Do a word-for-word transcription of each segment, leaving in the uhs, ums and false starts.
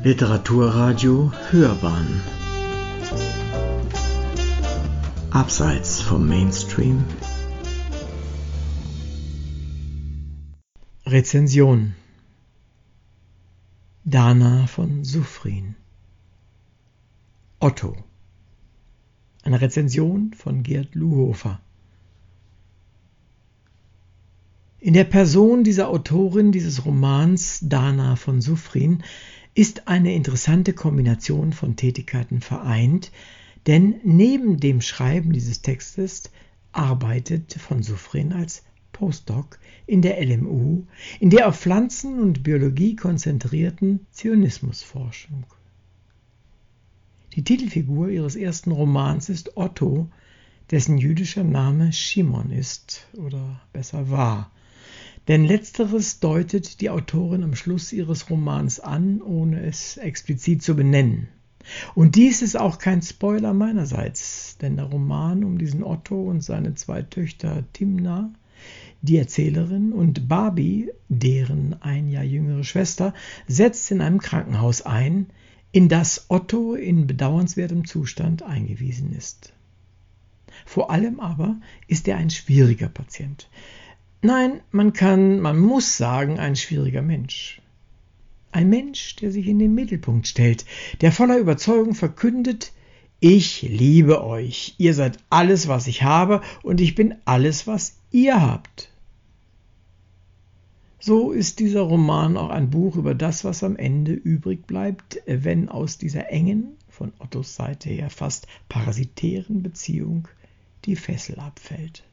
Literaturradio Hörbahn Abseits vom Mainstream. Rezension Dana von Suffren. Otto. Eine Rezension von Gerd Luhofer. In der Person dieser Autorin dieses Romans Dana von Suffren ist eine interessante Kombination von Tätigkeiten vereint, denn neben dem Schreiben dieses Textes arbeitet von Suffren als Postdoc in der L M U, in der auf Pflanzen und Biologie konzentrierten Zionismusforschung. Die Titelfigur ihres ersten Romans ist Otto, dessen jüdischer Name Shimon ist oder besser war. Denn letzteres deutet die Autorin am Schluss ihres Romans an, ohne es explizit zu benennen. Und dies ist auch kein Spoiler meinerseits, denn der Roman um diesen Otto und seine zwei Töchter Timna, die Erzählerin, und Babi, deren ein Jahr jüngere Schwester, setzt in einem Krankenhaus ein, in das Otto in bedauernswertem Zustand eingewiesen ist. Vor allem aber ist er ein schwieriger Patient. Nein, man kann, man muss sagen, ein schwieriger Mensch. Ein Mensch, der sich in den Mittelpunkt stellt, der voller Überzeugung verkündet: Ich liebe euch, ihr seid alles, was ich habe, und ich bin alles, was ihr habt. So ist dieser Roman auch ein Buch über das, was am Ende übrig bleibt, wenn aus dieser engen, von Ottos Seite her fast parasitären Beziehung die Fessel abfällt.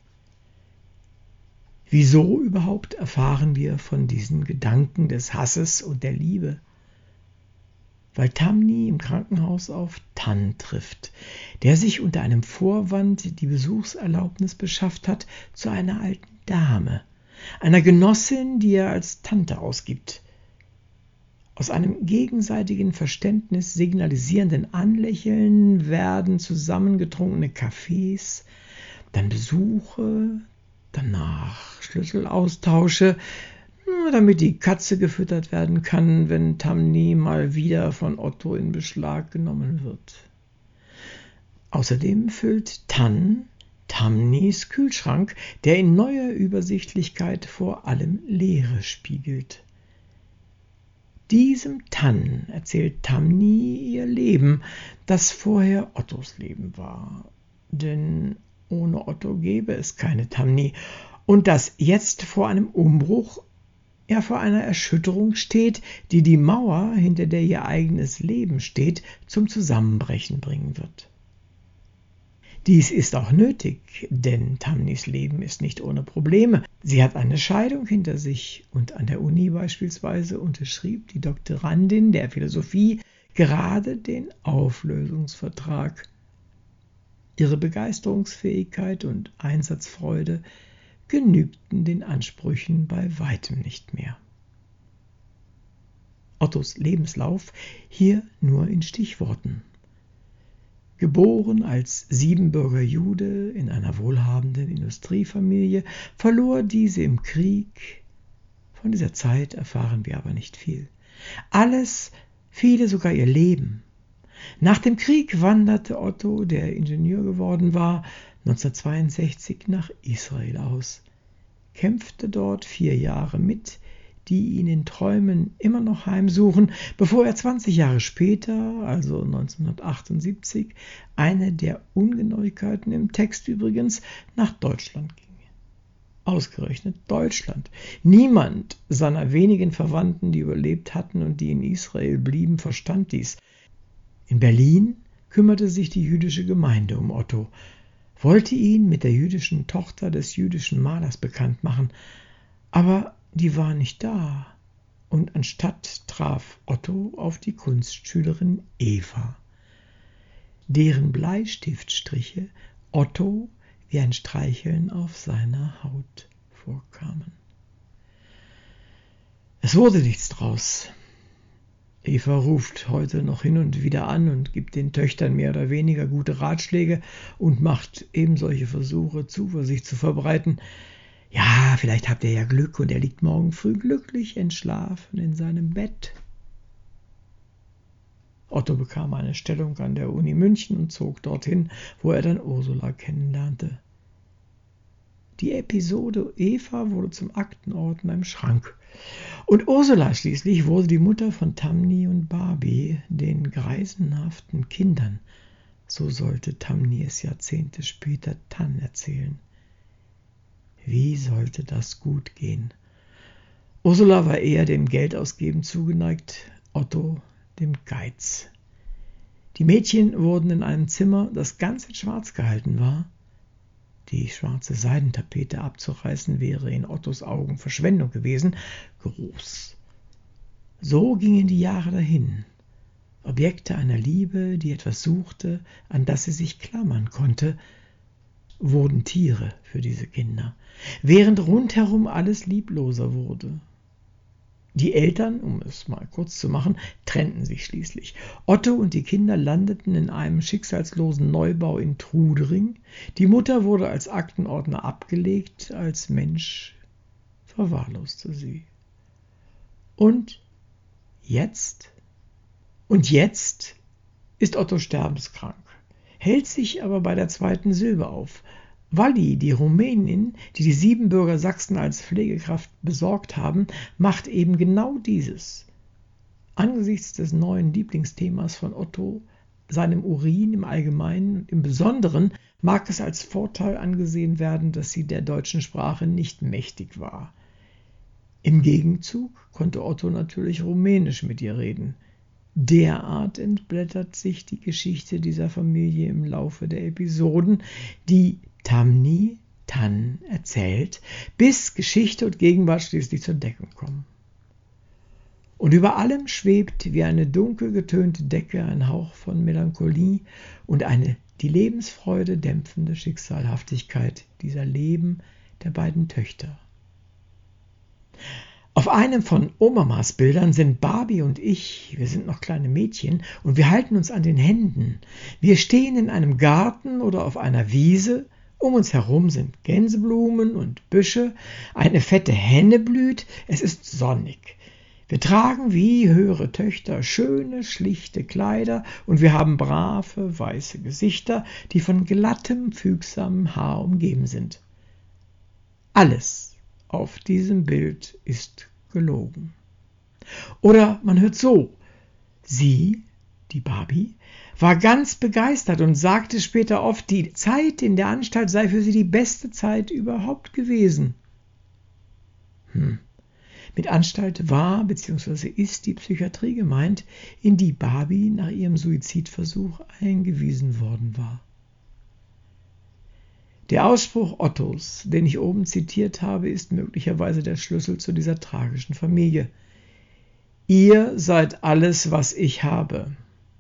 Wieso überhaupt erfahren wir von diesen Gedanken des Hasses und der Liebe? Weil Tamni im Krankenhaus auf Tan trifft, der sich unter einem Vorwand die Besuchserlaubnis beschafft hat zu einer alten Dame, einer Genossin, die er als Tante ausgibt. Aus einem gegenseitigen Verständnis signalisierenden Anlächeln werden zusammengetrunkene Kaffees, dann Besuche, danach Schlüsselaustausche, damit die Katze gefüttert werden kann, wenn Tamni mal wieder von Otto in Beschlag genommen wird. Außerdem füllt Tan Tamnis Kühlschrank, der in neuer Übersichtlichkeit vor allem Leere spiegelt. Diesem Tan erzählt Tamni ihr Leben, das vorher Ottos Leben war. Denn ohne Otto gäbe es keine Tamni, und das jetzt vor einem Umbruch, ja vor einer Erschütterung steht, die die Mauer, hinter der ihr eigenes Leben steht, zum Zusammenbrechen bringen wird. Dies ist auch nötig, denn Tamnis Leben ist nicht ohne Probleme. Sie hat eine Scheidung hinter sich, und an der Uni beispielsweise unterschrieb die Doktorandin der Philosophie gerade den Auflösungsvertrag. Ihre Begeisterungsfähigkeit und Einsatzfreude genügten den Ansprüchen bei weitem nicht mehr. Ottos Lebenslauf hier nur in Stichworten. Geboren als Siebenbürger Jude in einer wohlhabenden Industriefamilie, verlor diese im Krieg. Von dieser Zeit erfahren wir aber nicht viel. Alles, viele sogar ihr Leben. Nach dem Krieg wanderte Otto, der Ingenieur geworden war, neunzehnhundertzweiundsechzig nach Israel aus, kämpfte dort vier Jahre mit, die ihn in Träumen immer noch heimsuchen, bevor er zwanzig Jahre später, also neunzehnhundertachtundsiebzig, eine der Ungenauigkeiten im Text übrigens, nach Deutschland ging. Ausgerechnet Deutschland. Niemand seiner wenigen Verwandten, die überlebt hatten und die in Israel blieben, verstand dies. In Berlin kümmerte sich die jüdische Gemeinde um Otto, wollte ihn mit der jüdischen Tochter des jüdischen Malers bekannt machen, aber die war nicht da, und anstatt traf Otto auf die Kunstschülerin Eva, deren Bleistiftstriche Otto wie ein Streicheln auf seiner Haut vorkamen. Es wurde nichts draus. Eva ruft heute noch hin und wieder an und gibt den Töchtern mehr oder weniger gute Ratschläge und macht eben solche Versuche, Zuversicht zu verbreiten. Ja, vielleicht habt ihr ja Glück und er liegt morgen früh glücklich entschlafen in seinem Bett. Otto bekam eine Stellung an der Uni München und zog dorthin, wo er dann Ursula kennenlernte. Die Episode Eva wurde zum Aktenordner im Schrank. Und Ursula schließlich wurde die Mutter von Tamni und Barbie, den greisenhaften Kindern. So sollte Tamni es Jahrzehnte später Tan erzählen. Wie sollte das gut gehen? Ursula war eher dem Geldausgeben zugeneigt, Otto dem Geiz. Die Mädchen wurden in einem Zimmer, das ganz in Schwarz gehalten war. Die schwarze Seidentapete abzureißen wäre in Ottos Augen Verschwendung gewesen, groß. So gingen die Jahre dahin. Objekte einer Liebe, die etwas suchte, an das sie sich klammern konnte, wurden Tiere für diese Kinder, während rundherum alles liebloser wurde. Die Eltern, um es mal kurz zu machen, trennten sich schließlich. Otto und die Kinder landeten in einem schicksalslosen Neubau in Trudering. Die Mutter wurde als Aktenordner abgelegt, als Mensch verwahrloste sie. Und jetzt? Und jetzt ist Otto sterbenskrank, hält sich aber bei der zweiten Silbe auf. Walli, die Rumänin, die die Siebenbürger Sachsen als Pflegekraft besorgt haben, macht eben genau dieses. Angesichts des neuen Lieblingsthemas von Otto, seinem Urin im Allgemeinen und im Besonderen, mag es als Vorteil angesehen werden, dass sie der deutschen Sprache nicht mächtig war. Im Gegenzug konnte Otto natürlich Rumänisch mit ihr reden. Derart entblättert sich die Geschichte dieser Familie im Laufe der Episoden, die Tamni Tan erzählt, bis Geschichte und Gegenwart schließlich zur Deckung kommen. Und über allem schwebt wie eine dunkel getönte Decke ein Hauch von Melancholie und eine die Lebensfreude dämpfende Schicksalhaftigkeit dieser Leben der beiden Töchter. Auf einem von Omamas Bildern sind Barbie und ich, wir sind noch kleine Mädchen, und wir halten uns an den Händen. Wir stehen in einem Garten oder auf einer Wiese. Um uns herum sind Gänseblumen und Büsche, eine fette Henne blüht, es ist sonnig. Wir tragen wie höhere Töchter schöne, schlichte Kleider und wir haben brave, weiße Gesichter, die von glattem, fügsamem Haar umgeben sind. Alles auf diesem Bild ist gelogen. Oder man hört so: Sie, die Barbie, war ganz begeistert und sagte später oft, die Zeit in der Anstalt sei für sie die beste Zeit überhaupt gewesen. Hm. Mit Anstalt war bzw. ist die Psychiatrie gemeint, in die Barbie nach ihrem Suizidversuch eingewiesen worden war. Der Ausspruch Ottos, den ich oben zitiert habe, ist möglicherweise der Schlüssel zu dieser tragischen Familie. Ihr seid alles, was ich habe.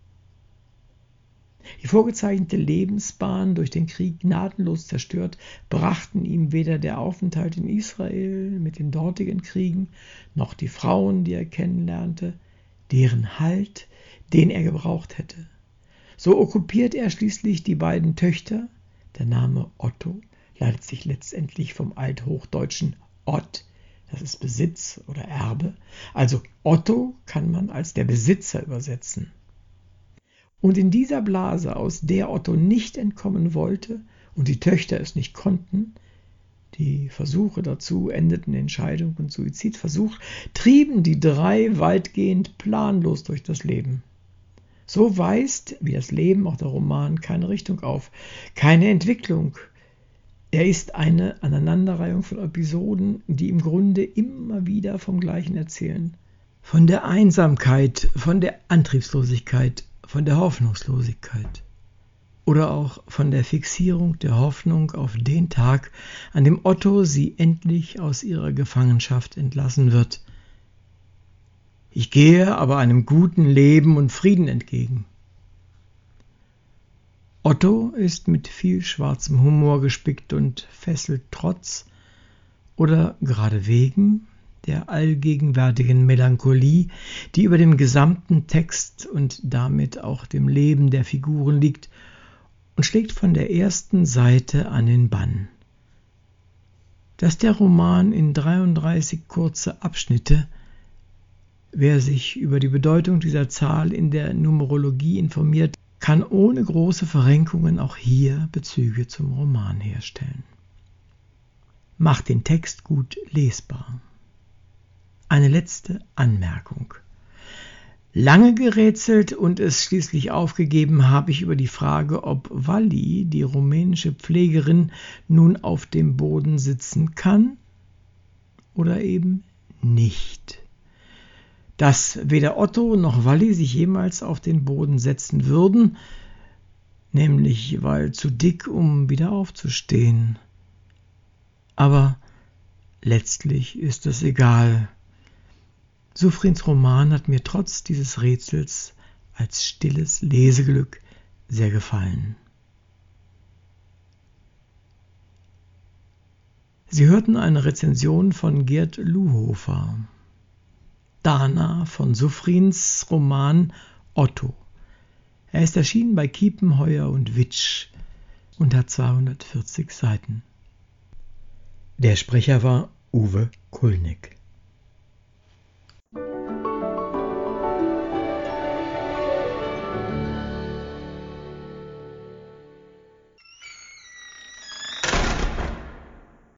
Die vorgezeichnete Lebensbahn, durch den Krieg gnadenlos zerstört, brachten ihm weder der Aufenthalt in Israel mit den dortigen Kriegen, noch die Frauen, die er kennenlernte, deren Halt, den er gebraucht hätte. So okkupiert er schließlich die beiden Töchter. Der Name Otto leitet sich letztendlich vom althochdeutschen Ott, das ist Besitz oder Erbe. Also Otto kann man als der Besitzer übersetzen. Und in dieser Blase, aus der Otto nicht entkommen wollte und die Töchter es nicht konnten, die Versuche dazu endeten in Scheidung und Suizidversuch, trieben die drei weitgehend planlos durch das Leben. So weist, wie das Leben, auch der Roman, keine Richtung auf, keine Entwicklung. Er ist eine Aneinanderreihung von Episoden, die im Grunde immer wieder vom Gleichen erzählen. Von der Einsamkeit, von der Antriebslosigkeit, von der Hoffnungslosigkeit oder auch von der Fixierung der Hoffnung auf den Tag, an dem Otto sie endlich aus ihrer Gefangenschaft entlassen wird. Ich gehe aber einem guten Leben und Frieden entgegen. Otto ist mit viel schwarzem Humor gespickt und fesselt trotz oder gerade wegen der allgegenwärtigen Melancholie, die über dem gesamten Text und damit auch dem Leben der Figuren liegt, und schlägt von der ersten Seite an den Bann. Dass der Roman in dreiunddreißig kurze Abschnitte, Wer sich über die Bedeutung dieser Zahl in der Numerologie informiert, kann ohne große Verrenkungen auch hier Bezüge zum Roman herstellen. Macht den Text gut lesbar. Eine letzte Anmerkung. Lange gerätselt und es schließlich aufgegeben habe ich über die Frage, ob Vali, die rumänische Pflegerin, nun auf dem Boden sitzen kann oder eben nicht. Dass weder Otto noch Vali sich jemals auf den Boden setzen würden, nämlich weil zu dick, um wieder aufzustehen. Aber letztlich ist es egal. Soufrins Roman hat mir trotz dieses Rätsels als stilles Leseglück sehr gefallen. Sie hörten eine Rezension von Gerd Luhofer. Dana von Soufrins Roman Otto. Er ist erschienen bei Kiepenheuer und Witsch und hat zweihundertvierzig Seiten. Der Sprecher war Uwe Kulnig.